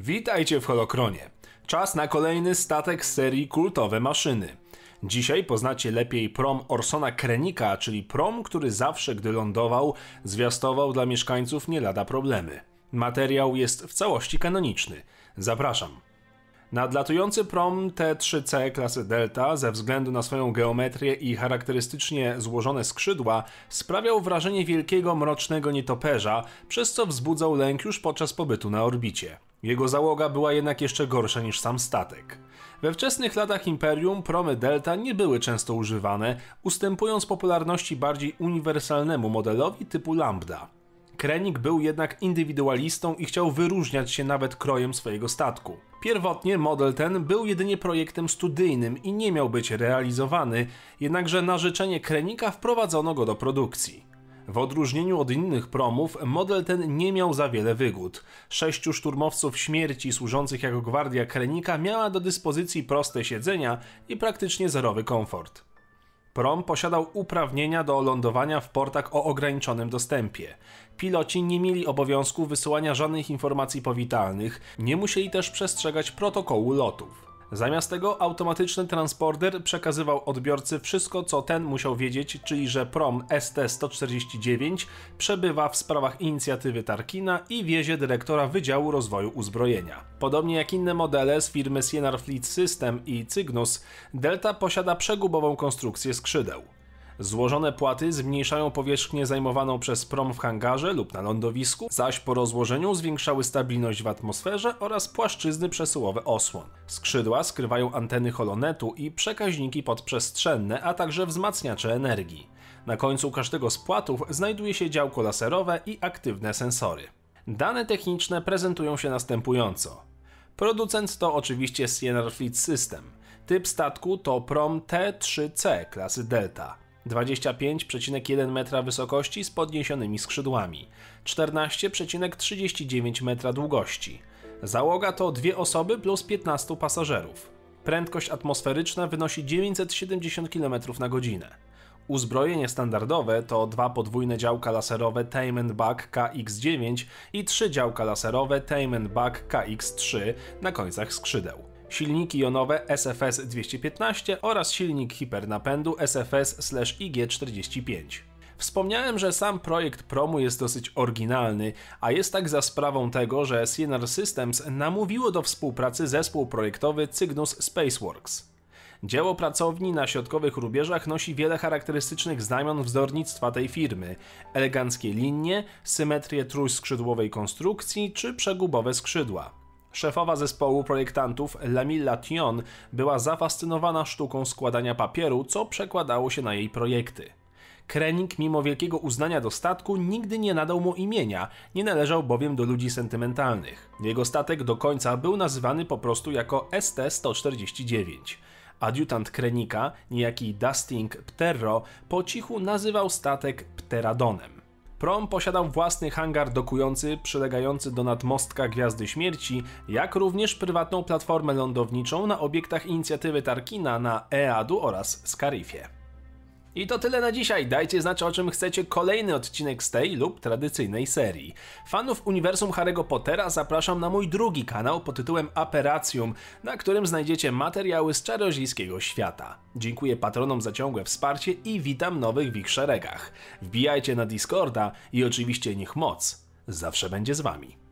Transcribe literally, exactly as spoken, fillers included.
Witajcie w Holokronie. Czas na kolejny statek z serii Kultowe Maszyny. Dzisiaj poznacie lepiej prom Orsona Krennica, czyli prom, który zawsze, gdy lądował, zwiastował dla mieszkańców nie lada problemy. Materiał jest w całości kanoniczny. Zapraszam. Nadlatujący prom T trzy C klasy Delta ze względu na swoją geometrię i charakterystycznie złożone skrzydła sprawiał wrażenie wielkiego mrocznego nietoperza, przez co wzbudzał lęk już podczas pobytu na orbicie. Jego załoga była jednak jeszcze gorsza niż sam statek. We wczesnych latach Imperium promy Delta nie były często używane, ustępując popularności bardziej uniwersalnemu modelowi typu Lambda. Krennic był jednak indywidualistą i chciał wyróżniać się nawet krojem swojego statku. Pierwotnie model ten był jedynie projektem studyjnym i nie miał być realizowany, jednakże na życzenie Krennica wprowadzono go do produkcji. W odróżnieniu od innych promów, model ten nie miał za wiele wygód. Sześciu szturmowców śmierci służących jako gwardia Krennica miała do dyspozycji proste siedzenia i praktycznie zerowy komfort. Prom posiadał uprawnienia do lądowania w portach o ograniczonym dostępie. Piloci nie mieli obowiązku wysyłania żadnych informacji powitalnych, nie musieli też przestrzegać protokołu lotów. Zamiast tego automatyczny transporter przekazywał odbiorcy wszystko, co ten musiał wiedzieć, czyli że prom S T sto czterdzieści dziewięć przebywa w sprawach inicjatywy Tarkina i wiezie dyrektora Wydziału Rozwoju Uzbrojenia. Podobnie jak inne modele z firmy Sienar Fleet System i Cygnus, Delta posiada przegubową konstrukcję skrzydeł. Złożone płaty zmniejszają powierzchnię zajmowaną przez prom w hangarze lub na lądowisku, zaś po rozłożeniu zwiększały stabilność w atmosferze oraz płaszczyzny przesyłowe osłon. Skrzydła skrywają anteny holonetu i przekaźniki podprzestrzenne, a także wzmacniacze energii. Na końcu każdego z płatów znajduje się działko laserowe i aktywne sensory. Dane techniczne prezentują się następująco. Producent to oczywiście Sienar Fleet System. Typ statku to prom T trzy C klasy Delta. dwadzieścia pięć przecinek jeden metra wysokości z podniesionymi skrzydłami, czternaście przecinek trzydzieści dziewięć metra długości. Załoga to dwie osoby plus piętnastu pasażerów. Prędkość atmosferyczna wynosi dziewięćset siedemdziesiąt kilometrów na godzinę. Uzbrojenie standardowe to dwa podwójne działka laserowe Tame Bug K X dziewięć i trzy działka laserowe Tame Bug K X trzy na końcach skrzydeł. Silniki jonowe S F S dwieście piętnaście oraz silnik hipernapędu S F S I G czterdzieści pięć. Wspomniałem, że sam projekt promu jest dosyć oryginalny, a jest tak za sprawą tego, że Sienar Systems namówiło do współpracy zespół projektowy Cygnus Spaceworks. Dzieło pracowni na środkowych rubieżach nosi wiele charakterystycznych znamion wzornictwa tej firmy: eleganckie linie, symetrię trójskrzydłowej konstrukcji czy przegubowe skrzydła. Szefowa zespołu projektantów Lamilla Thion była zafascynowana sztuką składania papieru, co przekładało się na jej projekty. Krennic, mimo wielkiego uznania do statku, nigdy nie nadał mu imienia, nie należał bowiem do ludzi sentymentalnych. Jego statek do końca był nazywany po prostu jako S T sto czterdzieści dziewięć. Adiutant Krennica, niejaki Dusting Pterro, po cichu nazywał statek Pteradonem. Prom posiadał własny hangar dokujący przylegający do nadmostka Gwiazdy Śmierci, jak również prywatną platformę lądowniczą na obiektach inicjatywy Tarkina na Eadu oraz Scarifie. I to tyle na dzisiaj. Dajcie znać, o czym chcecie kolejny odcinek z tej lub tradycyjnej serii. Fanów uniwersum Harry'ego Pottera zapraszam na mój drugi kanał pod tytułem Aperacjum, na którym znajdziecie materiały z czarodziejskiego świata. Dziękuję patronom za ciągłe wsparcie i witam nowych w ich szeregach. Wbijajcie na Discorda i oczywiście niech moc zawsze będzie z wami.